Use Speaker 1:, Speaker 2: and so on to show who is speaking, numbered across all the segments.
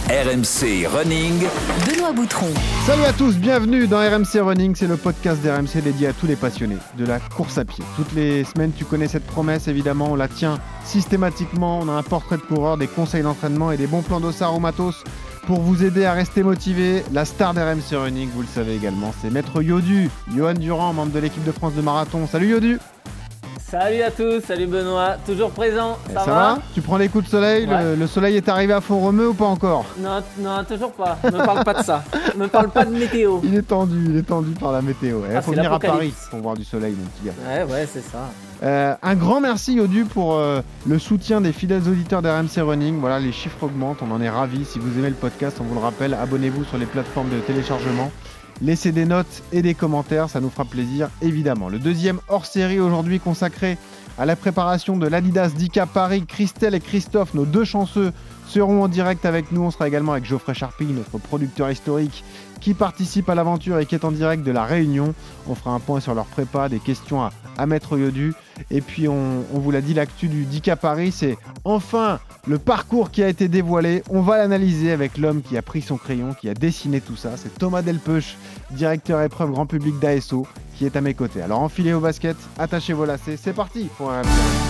Speaker 1: RMC Running,
Speaker 2: Benoît Boutron.
Speaker 3: Salut à tous, bienvenue dans RMC Running, c'est le podcast d'RMC dédié à tous les passionnés de la course à pied. Toutes les semaines, tu connais cette promesse, évidemment, on la tient systématiquement. On a un portrait de coureur, des conseils d'entraînement et des bons plans d'ossard au matos pour vous aider à rester motivé. La star d'RMC Running, vous le savez également, c'est Maître Yodu, Johan Durand, membre de l'équipe de France de marathon. Salut Yodu.
Speaker 4: Salut à tous, salut Benoît, toujours présent,
Speaker 3: Ça va? Tu prends les coups de soleil,
Speaker 4: Ouais.
Speaker 3: le soleil est arrivé à Font-Romeu ou pas encore?
Speaker 4: Non, toujours pas, ne me parle pas de ça, ne me parle pas de météo.
Speaker 3: Il est tendu par la météo. Il faut
Speaker 4: c'est
Speaker 3: venir à Paris
Speaker 4: l'apocalypse.
Speaker 3: pour voir du soleil, mon petit gars.
Speaker 4: Ouais, c'est ça.
Speaker 3: Un grand merci Yodu pour le soutien des fidèles auditeurs d'RMC Running. Voilà, les chiffres augmentent, on en est ravis. Si vous aimez le podcast, on vous le rappelle, abonnez-vous sur les plateformes de téléchargement. Laissez des notes et des commentaires, ça nous fera plaisir évidemment. Le deuxième hors-série aujourd'hui consacré à la préparation de l'Adidas 10K Paris. Christelle et Christophe, nos deux chanceux, seront en direct avec nous. On sera également avec Geoffrey Charpille, notre producteur historique, qui participe à l'aventure et qui est en direct de La Réunion. On fera un point sur leur prépa, des questions à Maître Yodu. Et puis on vous l'a dit, l'actu du 10K Paris, c'est enfin le parcours qui a été dévoilé. On va l'analyser avec l'homme qui a pris son crayon, qui a dessiné tout ça. C'est Thomas Delpeuch, directeur épreuve grand public d'ASO, qui est à mes côtés. Alors enfilez vos baskets, attachez vos lacets, c'est parti pour un...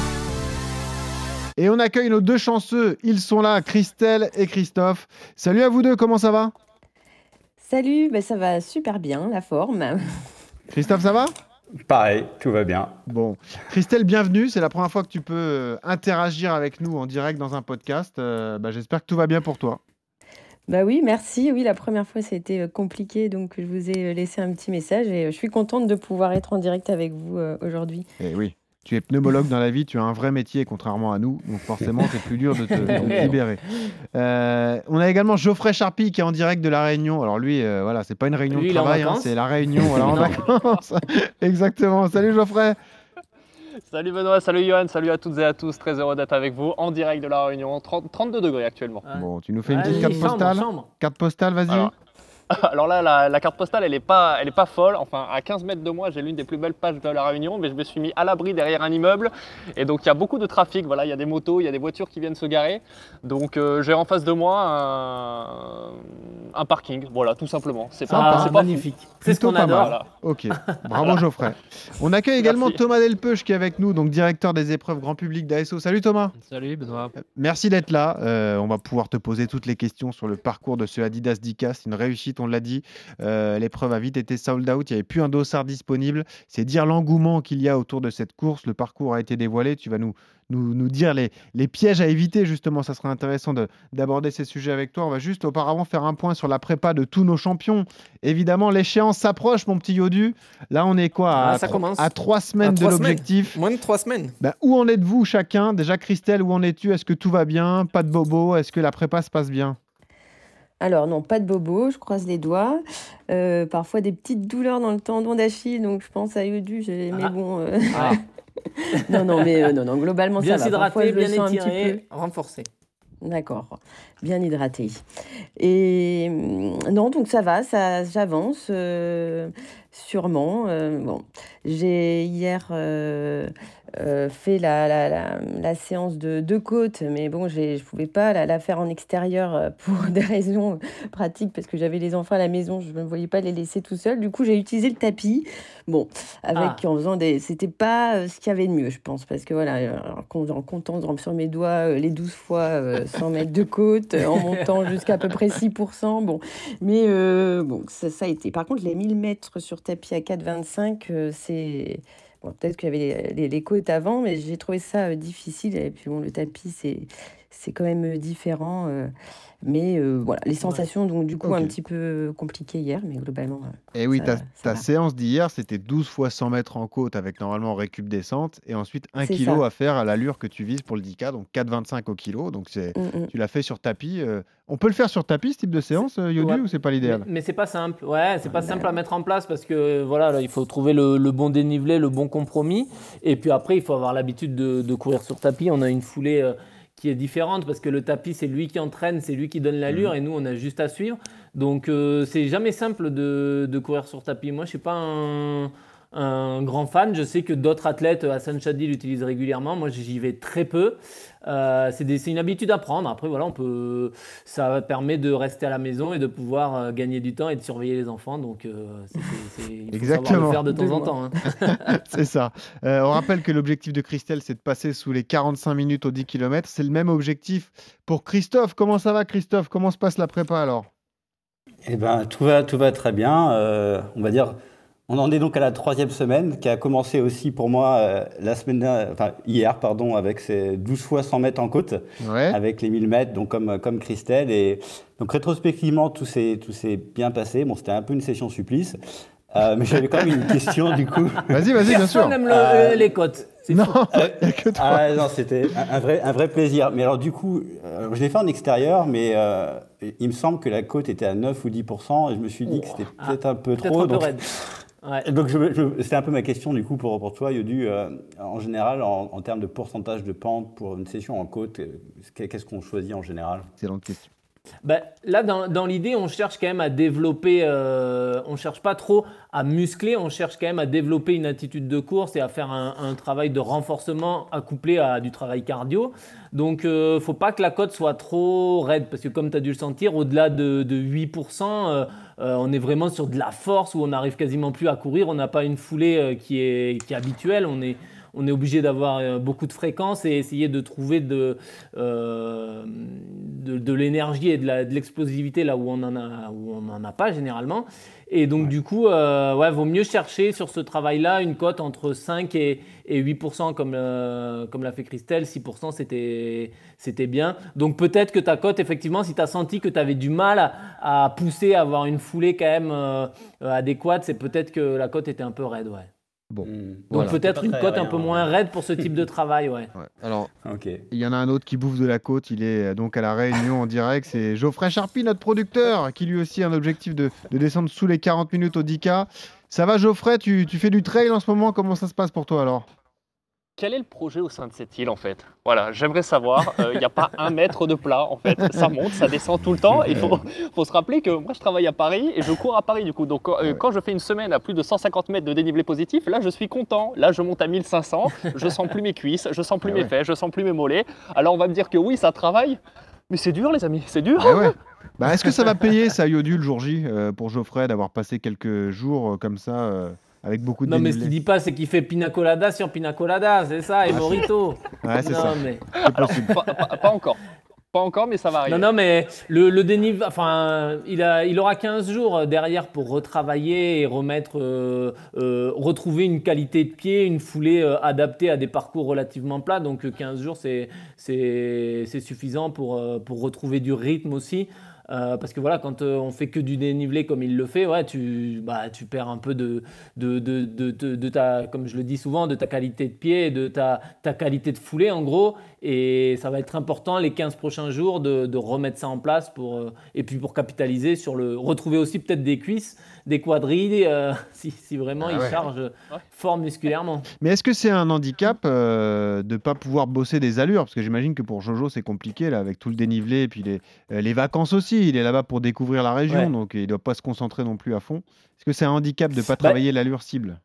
Speaker 3: Et on accueille nos deux chanceux, ils sont là, Christelle et Christophe. Salut à vous deux, comment ça va?
Speaker 5: Salut, ça va super bien, la forme.
Speaker 3: Christophe, ça va?
Speaker 6: Pareil, tout va bien.
Speaker 3: Bon, Christelle, bienvenue. C'est la première fois que tu peux interagir avec nous en direct dans un podcast. J'espère que tout va bien pour toi.
Speaker 5: Bah oui, merci. Oui, la première fois, c'était compliqué, donc je vous ai laissé un petit message et je suis contente de pouvoir être en direct avec vous aujourd'hui.
Speaker 3: Eh oui, tu es pneumologue dans la vie, tu as un vrai métier contrairement à nous, donc forcément c'est plus dur de te libérer. On a également Geoffrey Charpille qui est en direct de La Réunion. Alors lui, voilà, c'est pas une réunion
Speaker 4: Lui,
Speaker 3: de
Speaker 4: il est en
Speaker 3: travail,
Speaker 4: vacances.
Speaker 3: c'est La Réunion, voilà, en vacances. Exactement. Salut Geoffrey.
Speaker 7: Salut Benoît, salut Johan, salut à toutes et à tous, très heureux d'être avec vous en direct de La Réunion, 32 degrés actuellement.
Speaker 4: Ouais.
Speaker 3: Bon, tu nous fais une
Speaker 4: Allez,
Speaker 3: petite carte postale.
Speaker 4: chambre.
Speaker 3: Carte postale, vas-y.
Speaker 7: Alors là, la carte postale, elle est pas folle. Enfin, à 15 mètres de moi, j'ai l'une des plus belles plages de La Réunion, mais je me suis mis à l'abri derrière un immeuble. Et donc, il y a beaucoup de trafic. Voilà, il y a des motos, il y a des voitures qui viennent se garer. Donc, j'ai en face de moi un parking. Voilà, tout simplement. C'est
Speaker 3: Sympa.
Speaker 7: c'est pas
Speaker 4: Magnifique, c'est ce
Speaker 3: Plutôt
Speaker 4: qu'on
Speaker 3: pas
Speaker 4: adore.
Speaker 3: mal.
Speaker 7: Voilà.
Speaker 3: Ok, bravo Geoffrey. On accueille également
Speaker 7: Merci.
Speaker 3: Thomas Delpeuch qui est avec nous, donc directeur des épreuves grand public d'ASO. Salut Thomas.
Speaker 8: Salut Benoît.
Speaker 3: Merci d'être là. On va pouvoir te poser toutes les questions sur le parcours de ce Adidas 10K. C'est une réussite, on l'a dit. L'épreuve a vite été sold out. Il n'y avait plus un dossard disponible. C'est dire l'engouement qu'il y a autour de cette course. Le parcours a été dévoilé. Tu vas nous dire les pièges à éviter, justement. Ça serait intéressant d'aborder ces sujets avec toi. On va juste auparavant faire un point sur la prépa de tous nos champions. Évidemment, l'échéance s'approche, mon petit Yodu. Là, on est quoi?
Speaker 8: Ça commence.
Speaker 3: À 3 semaines
Speaker 8: À
Speaker 3: de
Speaker 8: 3
Speaker 3: l'objectif.
Speaker 8: Moins de 3 semaines.
Speaker 3: Où en êtes-vous chacun? Déjà, Christelle, où en es-tu? Est-ce que tout va bien? Pas de bobo? Est-ce que la prépa se passe bien?
Speaker 5: Alors non, pas de bobo, je croise les doigts. Parfois des petites douleurs dans le tendon d'Achille, donc je pense à Yodu, mais bon...
Speaker 4: Ah.
Speaker 5: Non, globalement
Speaker 4: Bien
Speaker 5: ça va. Parfois,
Speaker 4: s'hydrater,
Speaker 5: je le
Speaker 4: bien
Speaker 5: sens un petit
Speaker 4: étiré,
Speaker 5: peu.
Speaker 4: renforcé.
Speaker 5: D'accord, bien hydraté. Et non, donc ça va, j'avance sûrement. Bon, j'ai hier fait la séance de côte, mais bon, je pouvais pas la faire en extérieur pour des raisons pratiques parce que j'avais les enfants à la maison, je ne voyais pas les laisser tout seuls. Du coup, j'ai utilisé le tapis. Bon, en faisant c'était pas ce qu'il y avait de mieux, je pense, parce que voilà, en comptant sur mes doigts les 12 fois 100 mètres de côte, en montant jusqu'à à peu près 6%, bon, mais bon, ça a été. Par contre, les 1000 mètres sur tapis à 4,25, c'est... Bon, peut-être qu'il y avait les côtes avant, mais j'ai trouvé ça difficile, et puis bon, le tapis, c'est quand même différent, mais voilà, les sensations, donc du coup,
Speaker 3: Ok.
Speaker 5: un petit peu compliquées hier, mais globalement...
Speaker 3: Et oui,
Speaker 5: ça
Speaker 3: ta
Speaker 5: va.
Speaker 3: séance d'hier, c'était 12 fois 100 mètres en côte avec normalement récup descente et ensuite 1
Speaker 5: C'est
Speaker 3: kilo
Speaker 5: ça.
Speaker 3: à faire à l'allure que tu vises pour le 10K, donc 4,25 au kilo. Donc tu l'as fait sur tapis. On peut le faire sur tapis, ce type de séance, Yodu,
Speaker 4: Ouais.
Speaker 3: ou c'est pas l'idéal?
Speaker 4: Mais c'est pas simple. Ouais, c'est pas simple à mettre en place parce que voilà, là, il faut trouver le bon dénivelé, le bon compromis. Et puis après, il faut avoir l'habitude de courir sur tapis. On a une foulée qui est différente parce que le tapis, c'est lui qui entraîne, c'est lui qui donne l'allure et nous, on a juste à suivre. Donc, c'est jamais simple de courir sur tapis. Moi, je suis pas un grand fan. Je sais que d'autres athlètes, Hassan Chadli l'utilisent régulièrement. Moi, j'y vais très peu. C'est une habitude à prendre. Après, voilà, ça permet de rester à la maison et de pouvoir gagner du temps et de surveiller les enfants. Donc, il faut savoir le faire de temps en temps. Hein.
Speaker 3: C'est ça. On rappelle que l'objectif de Christelle, c'est de passer sous les 45 minutes aux 10 km. C'est le même objectif pour Christophe. Comment ça va, Christophe? Comment se passe la prépa alors?
Speaker 6: Eh ben, tout va très bien. On va dire, on en est donc à la 3e semaine, qui a commencé aussi pour moi hier, avec ces 12 fois 100 mètres en côte, avec les 1000 mètres, donc comme Christelle. Et donc rétrospectivement, tout s'est bien passé. Bon, c'était un peu une session supplice. Mais j'avais quand même une question du coup.
Speaker 3: Vas-y, bien sûr.
Speaker 4: Personne n'aime les côtes.
Speaker 3: Non, il n'y a que toi.
Speaker 6: Non, c'était un vrai plaisir. Mais alors du coup, je l'ai fait en extérieur, mais il me semble que la côte était à 9 ou 10%, et je me suis dit que c'était peut-être un peu trop.
Speaker 4: Un peu raide. Ouais.
Speaker 6: Donc c'était un peu ma question du coup pour toi, Yodu. En général, en termes de pourcentage de pente pour une session en côte, qu'est-ce qu'on choisit en général?
Speaker 3: Excellente question.
Speaker 4: Là, dans l'idée, on cherche quand même à développer, on cherche pas trop à muscler, on cherche quand même à développer une attitude de course et à faire un travail de renforcement accouplé à du travail cardio. Donc, faut pas que la côte soit trop raide parce que comme tu as dû le sentir, au-delà de 8%, on est vraiment sur de la force où on n'arrive quasiment plus à courir, on n'a pas une foulée qui est habituelle, on est obligé d'avoir beaucoup de fréquences et essayer de trouver de l'énergie et de l'explosivité là où on en a pas généralement. Et donc du coup, vaut mieux chercher sur ce travail-là une cote entre 5 et 8% comme l'a fait Christelle. 6% c'était bien. Donc peut-être que ta cote, effectivement, si tu as senti que tu avais du mal à pousser, à avoir une foulée quand même adéquate, c'est peut-être que la cote était un peu raide, ouais.
Speaker 3: Bon.
Speaker 4: Donc peut-être une cote un peu moins raide pour ce type de travail, ouais.
Speaker 3: Alors, il y en a un autre qui bouffe de la côte, il est donc à la Réunion en direct, c'est Geoffrey Charpie, notre producteur, qui lui aussi a un objectif de descendre sous les 40 minutes au 10K. Ça va Geoffrey, tu fais du trail en ce moment, comment ça se passe pour toi alors?
Speaker 7: Quel est le projet au sein de cette île en fait? Voilà, j'aimerais savoir. Il n'y a pas 1 mètre de plat en fait. Ça monte, ça descend tout le temps. Il faut se rappeler que moi je travaille à Paris et je cours à Paris du coup. Donc quand je fais une semaine à plus de 150 mètres de dénivelé positif, là je suis content. Là je monte à 1500, je sens plus mes cuisses, je sens plus mes fesses, je sens plus mes mollets. Alors on va me dire que oui, ça travaille, mais c'est dur les amis, c'est dur.
Speaker 3: Est-ce que ça va payer ça Yodu le jour J pour Geoffrey d'avoir passé quelques jours comme ça avec beaucoup de
Speaker 4: Non, mais
Speaker 3: dénivelé.
Speaker 4: ce qu'il dit pas, c'est qu'il fait pina colada sur pina colada, c'est ça, et Morito.
Speaker 3: Ouais, c'est ça.
Speaker 4: Mais...
Speaker 3: C'est possible.
Speaker 7: Pas encore. Pas encore, mais ça va arriver.
Speaker 4: Non, mais le dénivelé, enfin, il aura 15 jours derrière pour retravailler et retrouver une qualité de pied, une foulée adaptée à des parcours relativement plats. Donc 15 jours, c'est suffisant pour retrouver du rythme aussi. Parce que voilà, quand on fait que du dénivelé comme il le fait, tu perds un peu de ta, comme je le dis souvent, de ta qualité de pied, de ta qualité de foulée en gros. Et ça va être important les 15 prochains jours de remettre ça en place et puis pour capitaliser sur retrouver aussi peut-être des cuisses, des quadrilles, si vraiment il charge fort musculairement.
Speaker 3: Mais est-ce que c'est un handicap de ne pas pouvoir bosser des allures? Parce que j'imagine que pour Jojo c'est compliqué là, avec tout le dénivelé et puis les vacances aussi. Il est là-bas pour découvrir la région, donc il ne doit pas se concentrer non plus à fond. Est-ce que c'est un handicap de ne pas travailler l'allure cible?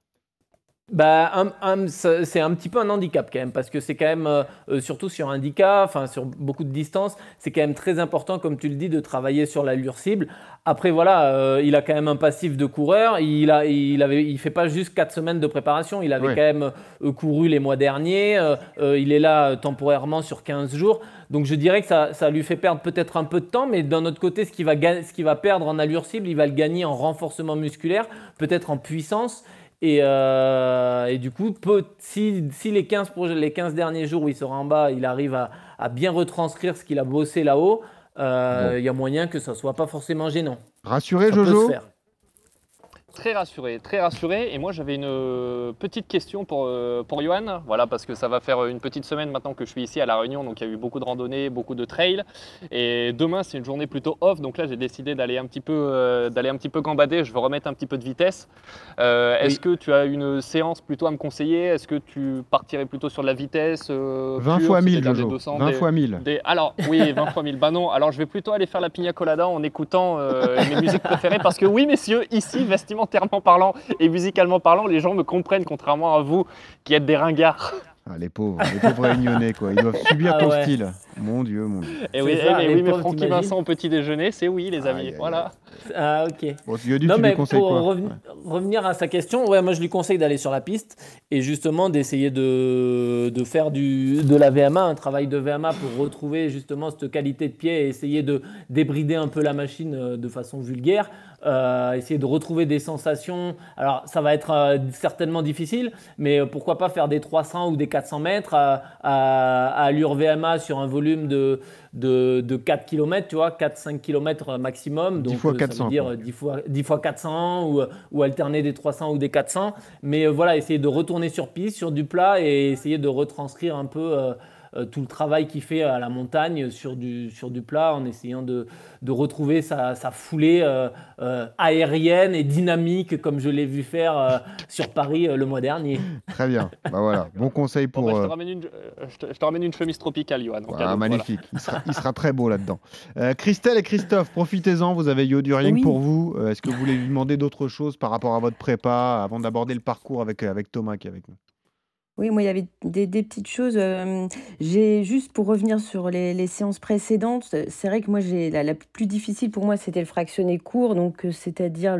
Speaker 4: C'est un petit peu un handicap quand même, parce que c'est quand même, surtout sur un 10K, enfin sur beaucoup de distances, c'est quand même très important, comme tu le dis, de travailler sur l'allure cible. Après voilà, il a quand même un passif de coureur, il fait pas juste 4 semaines de préparation, il avait quand même couru les mois derniers, il est là temporairement sur 15 jours. Donc je dirais que ça lui fait perdre peut-être un peu de temps, mais d'un autre côté, ce qu'il va perdre en allure cible, il va le gagner en renforcement musculaire, peut-être en puissance. Et du coup, si les 15 derniers jours où il sera en bas, il arrive à bien retranscrire ce qu'il a bossé là-haut, il y a moyen que ça ne soit pas forcément gênant.
Speaker 3: Rassuré,
Speaker 4: ça
Speaker 3: Jojo?
Speaker 4: peut se faire.
Speaker 7: Très rassuré. Et moi, j'avais une petite question pour Johan. Voilà, parce que ça va faire une petite semaine maintenant que je suis ici à La Réunion. Donc, il y a eu beaucoup de randonnées, beaucoup de trails. Et demain, c'est une journée plutôt off. Donc là, j'ai décidé d'aller un petit peu gambader. Je veux remettre un petit peu de vitesse. Est-ce que tu as une séance plutôt à me conseiller? Est-ce que tu partirais plutôt sur de la vitesse
Speaker 3: 20 fois 1000, Jojo. 20 fois 1000.
Speaker 7: Alors, oui, 20 fois 1000. Bah non, alors je vais plutôt aller faire la pina colada en écoutant mes musiques préférées. Parce que oui, messieurs, ici, Vestimont alimentairement parlant et musicalement parlant, les gens me comprennent, contrairement à vous qui êtes des ringards.
Speaker 3: Ah, les pauvres réunionnais, quoi. Ils doivent subir ton
Speaker 4: ouais.
Speaker 3: style. Mon Dieu, mon Dieu.
Speaker 7: Et oui,
Speaker 4: C'est ça, les
Speaker 7: mais
Speaker 4: pauvres,
Speaker 7: Francky
Speaker 4: t'imagines
Speaker 7: Vincent au petit déjeuner, c'est oui, les amis.
Speaker 3: Aïe, aïe,
Speaker 7: Voilà.
Speaker 4: Ah, ok.
Speaker 3: Bon, Yodu,
Speaker 4: Non,
Speaker 3: tu lui
Speaker 4: mais
Speaker 3: conseilles
Speaker 4: pour
Speaker 3: quoi?
Speaker 4: revenir à sa question, ouais, moi je lui conseille d'aller sur la piste et justement d'essayer de faire de la VMA, un travail de VMA pour retrouver justement cette qualité de pied et essayer de débrider un peu la machine de façon vulgaire. Essayer de retrouver des sensations. Alors, ça va être certainement difficile, mais pourquoi pas faire des 300 ou des 400 mètres à allure VMA sur un volume de 4 km, tu vois, 4-5 km maximum.
Speaker 3: 10
Speaker 4: Donc,
Speaker 3: fois
Speaker 4: ça
Speaker 3: 400,
Speaker 4: veut dire
Speaker 3: quoi.
Speaker 4: 10 fois 400 ou alterner des 300 ou des 400. Mais voilà, essayer de retourner sur piste, sur du plat et essayer de retranscrire un peu tout le travail qu'il fait à la montagne sur du plat en essayant de retrouver sa foulée aérienne et dynamique comme je l'ai vu faire sur Paris le mois dernier.
Speaker 3: Très bien. Bah voilà, bon conseil
Speaker 7: Bon,
Speaker 3: pour.
Speaker 7: bah, je te ramène une chemise tropicale, Johan. en
Speaker 3: Voilà,
Speaker 7: cadeau, voilà.
Speaker 3: magnifique. Il sera très beau là-dedans. Christelle et Christophe, profitez-en. Vous avez Yodu rien que
Speaker 5: Oui.
Speaker 3: pour vous. Est-ce que vous voulez lui demander d'autres choses par rapport à votre prépa avant d'aborder le parcours avec Thomas qui est avec nous?
Speaker 5: Oui, moi, il y avait des petites choses. J'ai juste pour revenir sur les séances précédentes, c'est vrai que moi, la plus difficile pour moi, c'était le fractionné court, donc c'est-à-dire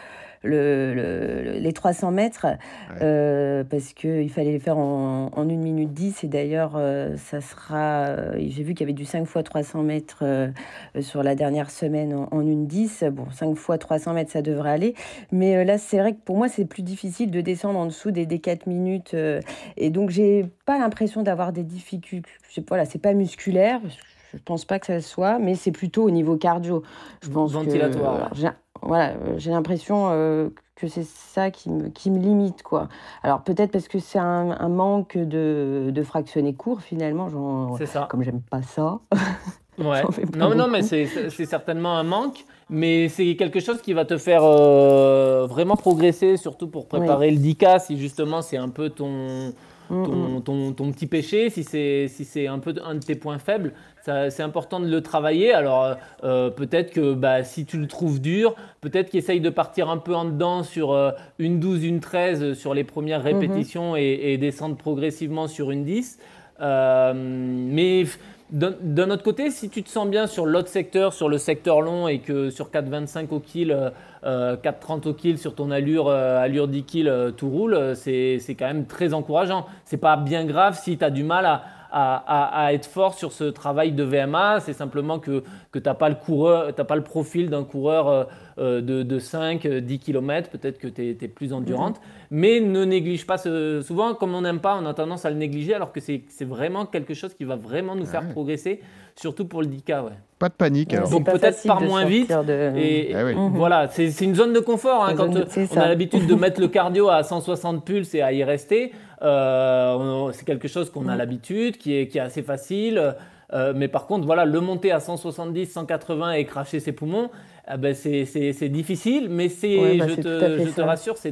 Speaker 5: les 300 mètres, parce qu'il fallait les faire en 1 minute 10. Et d'ailleurs, ça sera. J'ai vu qu'il y avait du 5 fois 300 mètres sur la dernière semaine en 1 10. Bon, 5 fois 300 mètres, ça devrait aller. Mais là, c'est vrai que pour moi, c'est plus difficile de descendre en dessous des 4 minutes. Et donc, j'ai pas l'impression d'avoir des difficultés. Voilà, c'est pas musculaire. Je pense pas que ça le soit, mais c'est plutôt au niveau cardio. Je pense
Speaker 4: Ventilatoire, ouais.
Speaker 5: alors, j'ai l'impression que c'est ça qui me limite, quoi. Alors, peut-être parce que c'est un manque de fractionné court, finalement.
Speaker 4: C'est ça.
Speaker 5: Comme j'aime pas ça.
Speaker 4: Ouais.
Speaker 5: J'en fais pas
Speaker 4: Non,
Speaker 5: beaucoup.
Speaker 4: mais c'est certainement un manque, mais c'est quelque chose qui va te faire vraiment progresser, surtout pour préparer le 10K, si justement c'est un peu ton petit péché, si c'est un peu un de tes points faibles. C'est important de le travailler. Alors peut-être que si tu le trouves dur, peut-être qu'il essaye de partir un peu en dedans sur une 12, une 13 sur les premières répétitions et descendre progressivement sur une 10. Mais d'un autre côté, si tu te sens bien sur l'autre secteur, sur le secteur long, et que sur 4,25 au kill, 4,30 au kill sur ton allure 10 kills, tout roule, c'est quand même très encourageant. C'est pas bien grave si tu as du mal à être fort sur ce travail de VMA. C'est simplement que tu n'as pas le profil d'un coureur de 5, 10 km. Peut-être que tu es plus endurante. Mais ne néglige pas souvent, comme on n'aime pas, on a tendance à le négliger, alors que c'est vraiment quelque chose qui va vraiment nous faire progresser, surtout pour le 10K. Ouais.
Speaker 3: Pas de panique alors.
Speaker 4: Donc peut-être par moins vite. Et voilà, c'est une zone de confort. Hein, quand on a l'habitude de mettre le cardio à 160 pulses et à y rester, c'est quelque chose qu'on a l'habitude, qui est assez facile. Mais par contre, voilà, le monter à 170, 180 et cracher ses poumons, c'est difficile. Mais je te rassure, c'est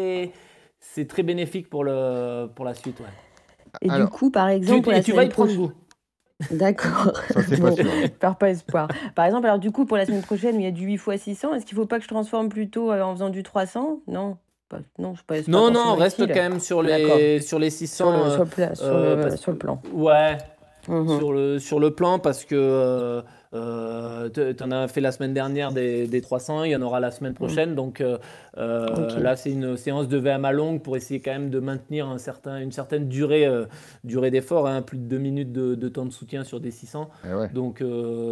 Speaker 4: très bénéfique pour la suite. Ouais.
Speaker 5: Et du coup, par exemple,
Speaker 4: tu vas y prendre goût.
Speaker 5: D'accord.
Speaker 3: Ça, c'est pas sûr.
Speaker 5: Perds pas espoir. Par exemple, alors du coup, pour la semaine prochaine, il y a du 8 x 600. Est-ce qu'il ne faut pas que je transforme plutôt en faisant du 300? Non. Non, je pas.
Speaker 4: Non, reste quand même sur les 600.
Speaker 5: Sur le plan.
Speaker 4: Ouais. Sur le plan, parce que tu en as fait la semaine dernière des 300, il y en aura la semaine prochaine. Donc là, c'est une séance de VMA longue pour essayer quand même de maintenir une certaine durée d'effort, hein, plus de 2 minutes de temps de soutien sur des 600. Donc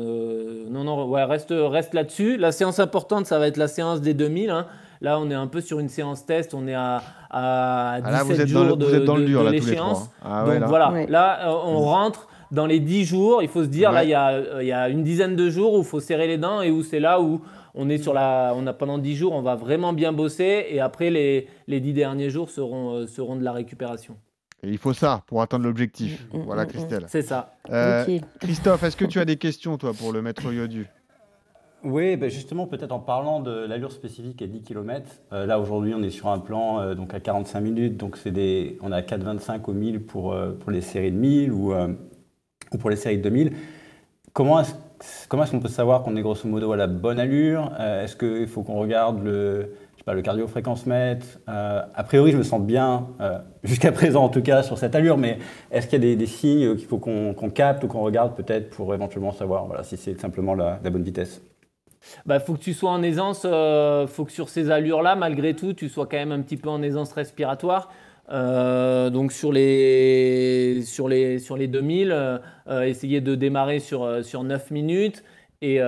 Speaker 4: reste là-dessus. La séance importante, ça va être la séance des 2000. Hein. Là, on est un peu sur une séance test. On est à 17 jours de l'échéance. Donc voilà, là, on rentre dans les 10 jours. Il faut se dire, là, il y a une dizaine de jours où il faut serrer les dents et où c'est là où on est pendant 10 jours, on va vraiment bien bosser. Et après, les 10 derniers jours seront de la récupération.
Speaker 3: Et il faut ça pour atteindre l'objectif. Voilà, Christelle.
Speaker 4: C'est ça.
Speaker 3: Christophe, est-ce que tu as des questions, toi, pour le maître Yodu?
Speaker 6: Oui, justement, peut-être en parlant de l'allure spécifique à 10 km. Là, aujourd'hui, on est sur un plan donc à 45 minutes. Donc, on a 4,25 au 1000 pour les séries de 1000 ou pour les séries de 2000. Comment est-ce comment est-ce qu'on peut savoir qu'on est grosso modo à la bonne allure? Est-ce qu'il faut qu'on regarde le cardio-fréquence-mètre? A priori, je me sens bien, jusqu'à présent en tout cas, sur cette allure, mais est-ce qu'il y a des signes qu'il faut qu'on capte ou qu'on regarde peut-être pour éventuellement savoir si c'est simplement la bonne vitesse?
Speaker 4: Faut que tu sois en aisance, faut que sur ces allures-là, malgré tout, tu sois quand même un petit peu en aisance respiratoire. Donc sur les 2000, essayer de démarrer sur 9 minutes et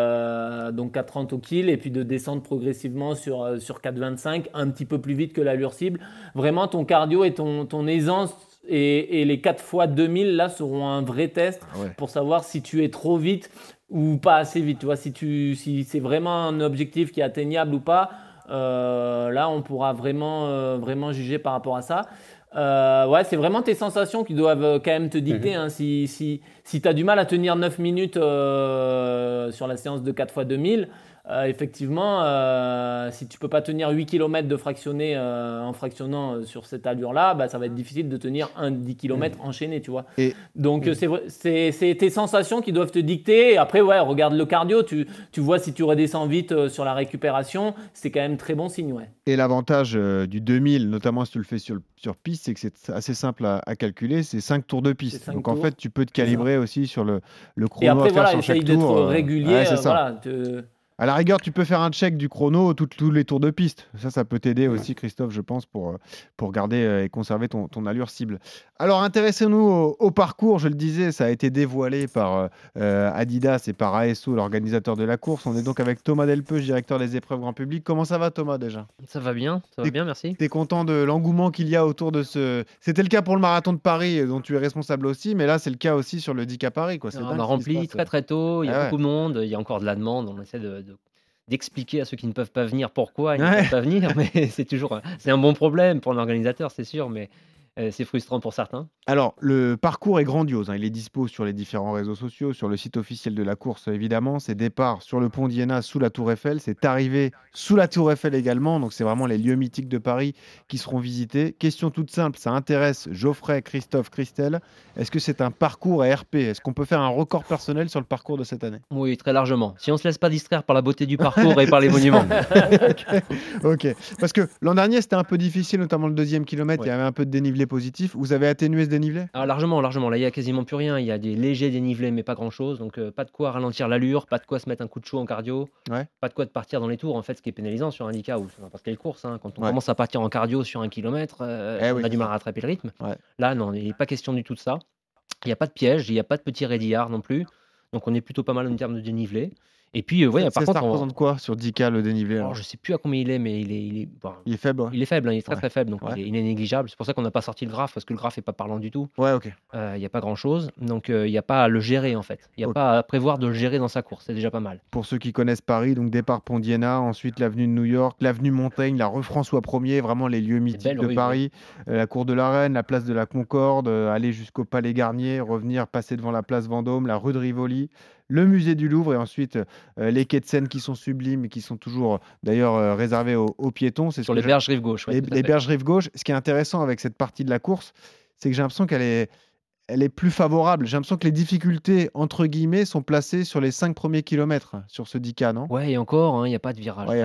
Speaker 4: donc 4,30 au kill et puis de descendre progressivement sur 4,25, un petit peu plus vite que l'allure cible. Vraiment ton cardio et ton aisance et les 4 fois 2000 là seront un vrai test pour savoir si tu es trop vite ou pas assez vite. Tu vois, si c'est vraiment un objectif qui est atteignable ou pas. Là, on pourra vraiment juger par rapport à ça. C'est vraiment tes sensations qui doivent quand même te dicter. Hein. Si tu as du mal à tenir 9 minutes sur la séance de 4 x 2000, effectivement, si tu ne peux pas tenir 8 km de fractionné en fractionnant sur cette allure-là, ça va être difficile de tenir un 10 km enchaîné, tu vois. Donc, c'est tes sensations qui doivent te dicter. Et après, regarde le cardio. Tu vois si tu redescends vite sur la récupération. C'est quand même très bon signe, ouais.
Speaker 3: Et l'avantage du 2000, notamment si tu le fais sur piste, c'est que c'est assez simple à calculer. C'est 5 tours de piste. Donc, en fait, tu peux te calibrer aussi sur le chrono.
Speaker 4: Et après,
Speaker 3: à faire sur
Speaker 4: essaye
Speaker 3: chaque tour.
Speaker 4: d'être régulier.
Speaker 3: C'est ça. À la rigueur, tu peux faire un check du chrono tous les tours de piste. Ça peut t'aider aussi, Christophe, je pense, pour garder et conserver ton allure cible. Alors, intéressons-nous au parcours. Je le disais, ça a été dévoilé par Adidas et par ASO, l'organisateur de la course. On est donc avec Thomas Delpeuch, directeur des épreuves grand public. Comment ça va, Thomas, déjà?
Speaker 1: Ça va bien, merci.
Speaker 3: Tu es content de l'engouement qu'il y a autour de ce... C'était le cas pour le marathon de Paris, dont tu es responsable aussi, mais là, c'est le cas aussi sur le 10K Paris, quoi.
Speaker 1: On a rempli très très tôt, il y a beaucoup de monde, il y a encore de la demande, on essaie d'expliquer à ceux qui ne peuvent pas venir pourquoi ils ne peuvent pas venir, mais c'est un bon problème pour l'organisateur, c'est sûr, mais c'est frustrant pour certains.
Speaker 3: Alors, le parcours est grandiose, hein. Il est dispo sur les différents réseaux sociaux, sur le site officiel de la course, évidemment. C'est départ sur le pont d'Iéna sous la Tour Eiffel, c'est arrivé sous la Tour Eiffel également, donc c'est vraiment les lieux mythiques de Paris qui seront visités. Question toute simple, ça intéresse Geoffrey, Christophe, Christelle. Est-ce que c'est un parcours à RP? Est-ce qu'on peut faire un record personnel sur le parcours de cette année?
Speaker 1: Oui, très largement. Si on ne se laisse pas distraire par la beauté du parcours et par les monuments.
Speaker 3: Ok. Parce que l'an dernier, c'était un peu difficile, notamment le 2e kilomètre, il y avait un peu de dénivelé positif. Vous avez atténué ce dénivelé?
Speaker 1: Largement. Là, il n'y a quasiment plus rien. Il y a des légers dénivelés, mais pas grand-chose. Donc, pas de quoi ralentir l'allure, pas de quoi se mettre un coup de chaud en cardio, pas de quoi de partir dans les tours. En fait, ce qui est pénalisant sur un 10K ou sur n'importe quelle course, hein, quand on commence à partir en cardio sur 1 km, on a du mal à rattraper le rythme. Là, non, il n'est pas question du tout de ça. Il n'y a pas de piège, il n'y a pas de petit raidillard non plus. Donc, on est plutôt pas mal en termes de dénivelé. Et puis, par contre,
Speaker 3: ça représente quoi sur 10K le dénivelé?
Speaker 1: Alors, je sais plus à combien il est, mais il est
Speaker 3: faible.
Speaker 1: Il est faible, hein, il est très très faible, donc il est négligeable. C'est pour ça qu'on n'a pas sorti le graphe, parce que le graphe n'est pas parlant du tout.
Speaker 3: Ok.
Speaker 1: Il n'y a pas grand-chose, donc il n'y a pas à le gérer en fait. Il n'y a pas à prévoir de le gérer dans sa course, c'est déjà pas mal.
Speaker 3: Pour ceux qui connaissent Paris, donc départ Pont d'Iéna, ensuite l'avenue de New York, l'avenue Montaigne, la rue François 1er, vraiment les lieux mythiques de Paris, la cour de la Reine, la place de la Concorde, aller jusqu'au Palais Garnier, revenir, passer devant la place Vendôme, la rue de Rivoli, le musée du Louvre et ensuite les quais de Seine qui sont sublimes et qui sont toujours d'ailleurs réservés aux piétons. C'est
Speaker 1: sur les berges rive gauche.
Speaker 3: Les berges rive gauche. Ce qui est intéressant avec cette partie de la course, c'est que j'ai l'impression qu'elle est plus favorable. J'ai l'impression que les difficultés, entre guillemets, sont placées sur les 5 premiers kilomètres sur ce 10K, non?
Speaker 1: Ouais, et encore, il n'y a pas de virage.
Speaker 3: Ouais,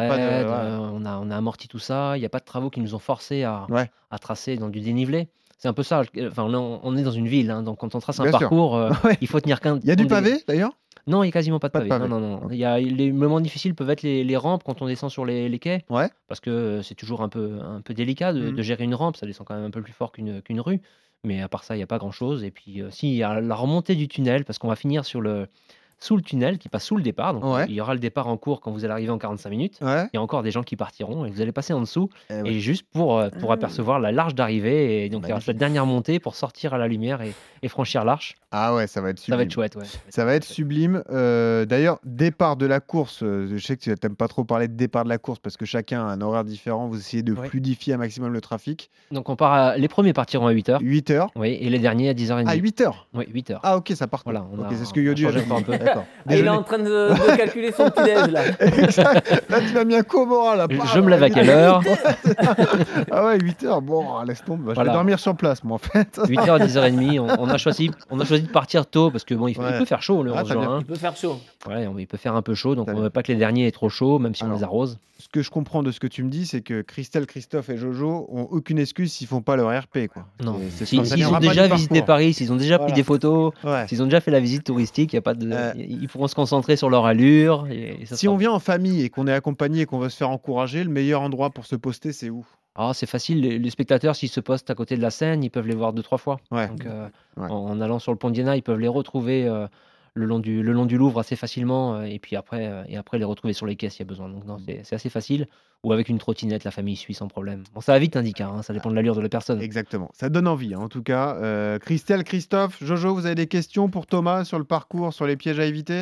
Speaker 1: on a amorti tout ça. Il n'y a pas de travaux qui nous ont forcés à tracer dans du dénivelé. C'est un peu ça. Enfin, on est dans une ville, hein, donc quand on trace un parcours, il faut tenir compte.
Speaker 3: Il y a du pavé, d'ailleurs?
Speaker 1: Non, il n'y a quasiment pas de pavé. Non. Les moments difficiles peuvent être les rampes quand on descend sur les quais. Parce que c'est toujours un peu délicat de gérer une rampe. Ça descend quand même un peu plus fort qu'une rue. Mais à part ça, il n'y a pas grand-chose. Et puis, il y a la remontée du tunnel, parce qu'on va finir sous le tunnel qui passe sous le départ. Donc, il y aura le départ en cours quand vous allez arriver en 45 minutes. Il y a encore des gens qui partiront et vous allez passer en dessous. Et juste pour apercevoir la l'arche d'arrivée. Et donc, il y aura cette dernière montée pour sortir à la lumière et franchir l'arche.
Speaker 3: Ah ouais, ça va être sublime.
Speaker 1: Ça va être chouette, ouais.
Speaker 3: Ça va être sublime. D'ailleurs, départ de la course, je sais que tu n'aimes pas trop parler de départ de la course parce que chacun a un horaire différent. Vous essayez de fluidifier un maximum le trafic.
Speaker 1: Donc, les premiers partiront à 8h.
Speaker 3: 8h.
Speaker 1: Oui, et les derniers à 10h30.
Speaker 3: À 8h.
Speaker 1: Oui, 8h.
Speaker 3: Ah ok, ça part.
Speaker 1: Voilà,
Speaker 3: c'est ce que Yodu a
Speaker 1: changé un peu.
Speaker 3: d'accord.
Speaker 4: Il est en train de calculer son petit-déj, là.
Speaker 3: Exact. Là, tu l'as mis un coup au moral. Là.
Speaker 1: Je me lève à quelle heure?
Speaker 3: Ah ouais, 8h. Bon, laisse tomber. Je vais dormir sur place, moi, en fait.
Speaker 1: 8h, 10h30. On a choisi de partir tôt parce que bon, il peut faire chaud le 11 juin.
Speaker 4: Il peut faire chaud.
Speaker 1: Ouais, il peut faire un peu chaud, donc on ne veut pas que les derniers aient trop chaud, même si on les arrose.
Speaker 3: Ce que je comprends de ce que tu me dis, c'est que Christelle, Christophe et Jojo ont aucune excuse s'ils font pas leur RP, quoi.
Speaker 1: Non. S'ils ont déjà visité Paris, s'ils ont déjà pris des photos, s'ils ont déjà fait la visite touristique, y a pas de... ils pourront se concentrer sur leur allure.
Speaker 3: Si on vient en famille et qu'on est accompagné et qu'on veut se faire encourager, le meilleur endroit pour se poster, c'est où?
Speaker 1: C'est facile. Les spectateurs, s'ils se postent à côté de la scène, ils peuvent les voir 2-3 fois. Donc, en allant sur le pont d'Iéna, ils peuvent les retrouver le long du Louvre assez facilement, et puis après les retrouver sur les quais s'il y a besoin. Donc non, c'est assez facile. Ou avec une trottinette, la famille suit sans problème. Bon, ça va vite, Indica, ça dépend de l'allure de la personne.
Speaker 3: Exactement. Ça donne envie, en tout cas. Christelle, Christophe, Jojo, vous avez des questions pour Thomas sur le parcours, sur les pièges à éviter?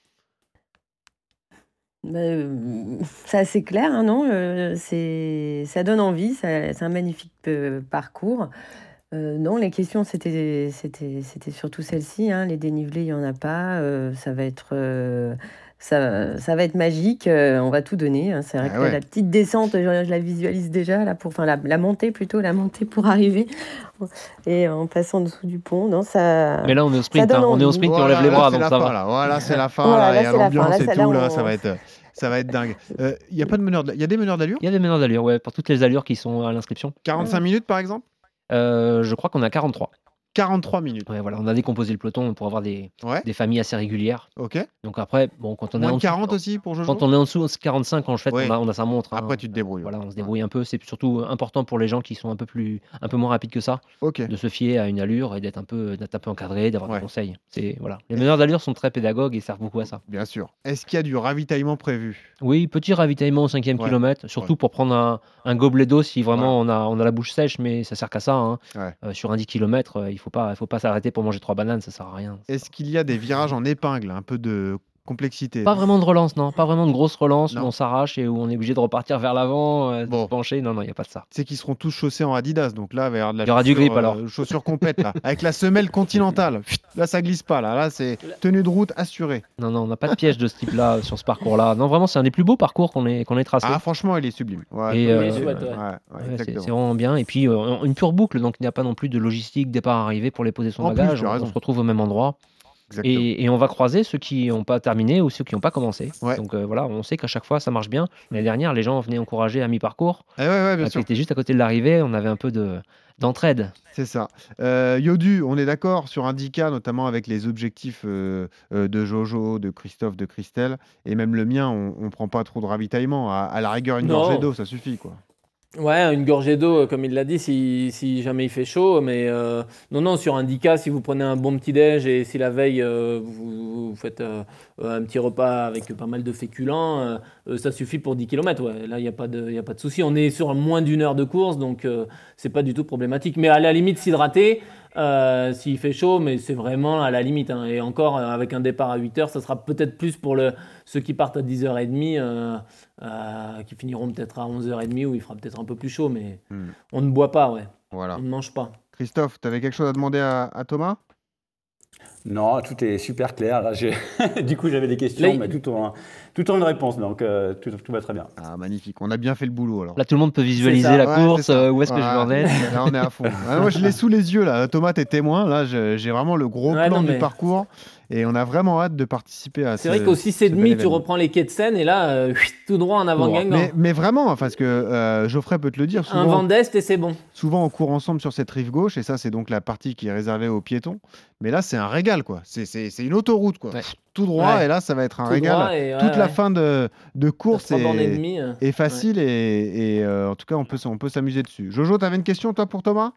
Speaker 5: C'est assez clair, hein, non? Ça donne envie, c'est un magnifique parcours. Non, les questions, c'était surtout celle-ci, hein. Les dénivelés, il n'y en a pas. Ça va être magique. On va tout donner, hein. C'est vrai que la petite descente, je la visualise déjà, là, la montée plutôt, la montée pour arriver. Et en passant dessous du pont, non, ça.
Speaker 1: Mais là, on est au sprint, et on lève les bras, donc ça va.
Speaker 3: Voilà, c'est la fin, il y a l'ambiance et tout, là, ça va être dingue. Il y a des meneurs d'allure?
Speaker 1: Il y a des meneurs d'allure, ouais, pour toutes les allures qui sont à l'inscription.
Speaker 3: 45 minutes, par exemple?
Speaker 1: Je crois qu'on a 43.
Speaker 3: 43 minutes.
Speaker 1: Ouais, voilà, on a décomposé le peloton pour avoir des familles assez régulières.
Speaker 3: Ok.
Speaker 1: Donc après, bon, quand on est
Speaker 3: moins
Speaker 1: en
Speaker 3: de 40 aussi pour Jojo.
Speaker 1: Quand on est en dessous, 45 en fait, on a sa montre.
Speaker 3: Après, tu te débrouilles.
Speaker 1: Voilà, on se débrouille un peu. C'est surtout important pour les gens qui sont un peu moins rapides que ça, de se fier à une allure et d'être un peu encadré, d'avoir des conseils. Voilà. Les meneurs d'allure sont très pédagogues et servent beaucoup à ça.
Speaker 3: Bien sûr. Est-ce qu'il y a du ravitaillement prévu?
Speaker 1: Oui, petit ravitaillement au 5e kilomètre, surtout pour prendre un gobelet d'eau si vraiment on a la bouche sèche, mais ça sert qu'à ça. Hein. Sur un 10 km, il faut pas s'arrêter pour manger 3 bananes, ça sert à rien.
Speaker 3: Est-ce qu'il y a des virages en épingle, un peu de complexité?
Speaker 1: Pas vraiment de relance, non. Pas vraiment de grosse relance où on s'arrache et où on est obligé de repartir vers l'avant, de se pencher. Non, il n'y a pas de ça.
Speaker 3: C'est qu'ils seront tous chaussés en Adidas, donc là, il va y avoir de la
Speaker 1: aura du grip alors.
Speaker 3: Chaussure complète, là, avec la semelle continentale. Là, ça glisse pas, là c'est tenue de route assurée.
Speaker 1: Non, on n'a pas de piège de ce type-là sur ce parcours-là. Non, vraiment, c'est un des plus beaux parcours qu'on ait tracé.
Speaker 3: Ah, franchement, il est sublime.
Speaker 1: C'est vraiment bien. Et puis, une pure boucle, donc il n'y a pas non plus de logistique départ-arrivée pour les poser son bagage. On se retrouve au même endroit. Et on va croiser ceux qui n'ont pas terminé ou ceux qui n'ont pas commencé. Donc voilà, on sait qu'à chaque fois ça marche bien. L'année dernière, les gens venaient encourager à mi-parcours.
Speaker 3: Bien sûr.
Speaker 1: C'était juste à côté de l'arrivée, on avait un peu d'entraide.
Speaker 3: C'est ça. Yodu, on est d'accord sur Indica, notamment avec les objectifs de Jojo, de Christophe, de Christelle, et même le mien, on prend pas trop de ravitaillement. À la rigueur, une gorgée d'eau, ça suffit, quoi.
Speaker 4: Ouais, une gorgée d'eau, comme il l'a dit, si jamais il fait chaud. Mais non, sur Indica, si vous prenez un bon petit-déj et si la veille, vous faites un petit repas avec pas mal de féculents, ça suffit pour 10 km. Ouais. Là, il n'y a pas de souci. On est sur moins d'une heure de course, donc c'est pas du tout problématique. Mais à la limite, s'hydrater, s'il fait chaud, mais c'est vraiment à la limite. Hein. Et encore, avec un départ à 8h, ça sera peut-être plus pour ceux qui partent à 10h30, qui finiront peut-être à 11h30, où il fera peut-être un peu plus chaud, mais on ne boit pas,
Speaker 3: Voilà.
Speaker 4: On ne mange pas.
Speaker 3: Christophe, tu avais quelque chose à demander à Thomas?
Speaker 6: Non, tout est super clair. Là, du coup, j'avais des questions, mais tout en une réponse, donc tout va très bien.
Speaker 3: Ah, magnifique. On a bien fait le boulot, alors.
Speaker 1: Là, tout le monde peut visualiser la course, où est-ce que je vais en être.
Speaker 3: Là, on est à fond. Moi, je l'ai sous les yeux, là. Thomas, t'es témoin. Là, j'ai vraiment le gros plan du parcours. Et on a vraiment hâte de participer à
Speaker 4: C'est vrai qu'au 6,5, tu reprends les quais de Seine et là, tout droit en avant Guingamp.
Speaker 3: Mais vraiment, parce que Geoffrey peut te le dire. Souvent,
Speaker 4: un vent d'est et c'est bon.
Speaker 3: Souvent, on court ensemble sur cette rive gauche et ça, c'est donc la partie qui est réservée aux piétons. Mais là, c'est un régal, quoi. C'est une autoroute, quoi. Tout droit et là, ça va être un régal. Toute la fin de course est facile et en tout cas, on peut s'amuser dessus. Jojo, tu avais une question, toi, pour Thomas?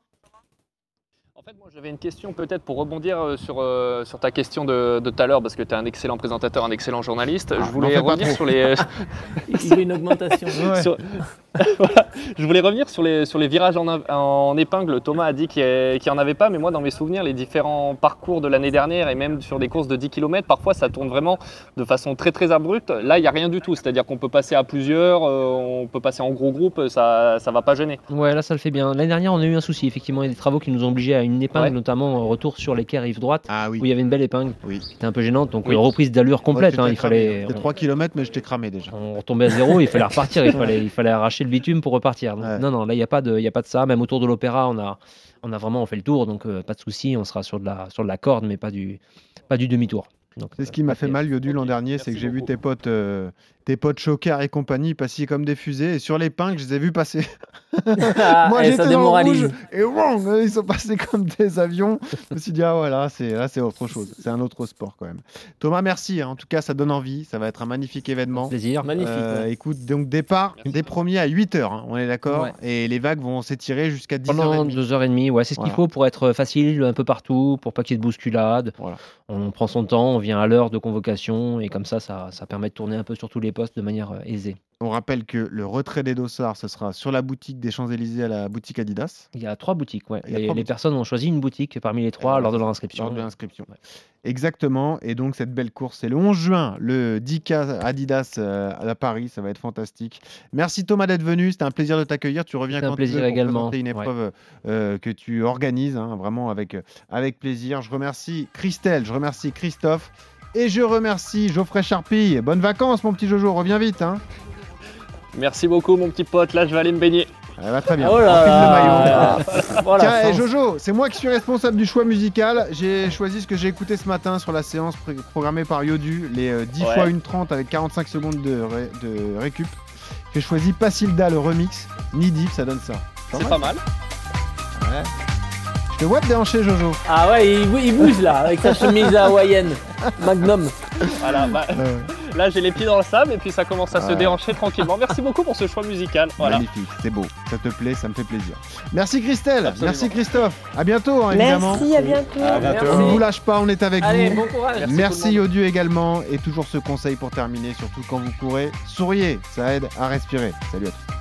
Speaker 7: En fait, moi, j'avais une question peut-être pour rebondir sur ta question de tout à l'heure, parce que tu es un excellent présentateur, un excellent journaliste. Je voulais revenir sur les...
Speaker 4: Il y a une augmentation.
Speaker 7: Voilà. Je voulais revenir sur les virages en épingle. Thomas a dit qu'il n'y en avait pas, mais moi, dans mes souvenirs, les différents parcours de l'année dernière et même sur des courses de 10 km, parfois, ça tourne vraiment de façon très, très abrupte. Là, il n'y a rien du tout. C'est-à-dire qu'on peut passer à plusieurs, on peut passer en gros groupe, ça ne va pas gêner.
Speaker 1: Ouais, là, ça le fait bien. L'année dernière, on a eu un souci. Effectivement, il y a des travaux qui nous ont obligés à une une épingle notamment retour sur l'équerre rive droite où il y avait une belle épingle qui était un peu gênante. Donc reprise d'allure complète. Il fallait.
Speaker 3: C'était 3 km, mais je t'ai cramé déjà.
Speaker 1: On retombait à zéro, il fallait repartir, il fallait arracher le bitume pour repartir. Donc, non, là il n'y a pas de ça. Même autour de l'Opéra, on fait le tour, donc pas de souci. On sera sur de la corde, mais pas du demi-tour.
Speaker 3: C'est ce qui m'a fait mal, Yodu, l'an dernier, c'est que j'ai vu tes potes Choker et compagnie passer comme des fusées, et sur l'épingle, je les ai vus passer. Moi, j'étais dans le rouge, et ils sont passés comme des avions. Je me suis dit, là, c'est autre chose. C'est un autre sport, quand même. Thomas, merci. En tout cas, ça donne envie. Ça va être un magnifique événement.
Speaker 1: Plaisir.
Speaker 4: Magnifique.
Speaker 3: Écoute, donc départ des premiers à 8h, on est d'accord, et les vagues vont s'étirer jusqu'à 10h30.
Speaker 1: Pendant 2h30, c'est ce qu'il faut pour être facile un peu partout, pour pas qu'il y ait de bousculade. On prend son temps, on vient à l'heure de convocation, et comme ça permet de tourner un peu sur tous les postes de manière aisée.
Speaker 3: On rappelle que le retrait des dossards, ce sera sur la boutique des Champs-Élysées à la boutique Adidas.
Speaker 1: Il y a 3 boutiques, les personnes ont choisi une boutique parmi les 3 lors de leur inscription.
Speaker 3: Exactement, et donc cette belle course, c'est le 11 juin, le 10K Adidas à Paris, ça va être fantastique. Merci Thomas d'être venu, c'était un plaisir de t'accueillir. Tu reviens quand tu veux pour présenter une épreuve que tu organises, vraiment avec plaisir. Je remercie Christelle, je remercie Christophe, et je remercie Geoffrey Charpille. Bonnes vacances mon petit Jojo, reviens vite.
Speaker 7: Merci beaucoup mon petit pote, là je vais aller me baigner.
Speaker 3: Elle va très bien. Oh là là. Tiens, Jojo, c'est moi qui suis responsable du choix musical. J'ai choisi ce que j'ai écouté ce matin sur la séance programmée par Yodu, les 10 x 1:30 avec 45 secondes de récup. J'ai choisi Pasilda, le remix. Ni Deep, ça donne ça.
Speaker 7: C'est pas mal.
Speaker 3: Ouais. Je te vois te déhancher, Jojo.
Speaker 4: Ah ouais, il bouge là, avec sa chemise hawaïenne. Magnum.
Speaker 7: Voilà, là j'ai les pieds dans le sable et puis ça commence à se déhancher tranquillement. Merci beaucoup pour ce choix musical.
Speaker 3: Magnifique, c'est beau. Ça te plaît, ça me fait plaisir. Merci Christelle, merci Christophe. À bientôt, évidemment.
Speaker 5: Merci, à bientôt.
Speaker 3: On ne vous lâche pas, on est avec
Speaker 4: Allez,
Speaker 3: vous.
Speaker 4: Bon courage.
Speaker 3: Merci Yodu également. Et toujours ce conseil pour terminer, surtout quand vous courez, souriez, ça aide à respirer. Salut à tous.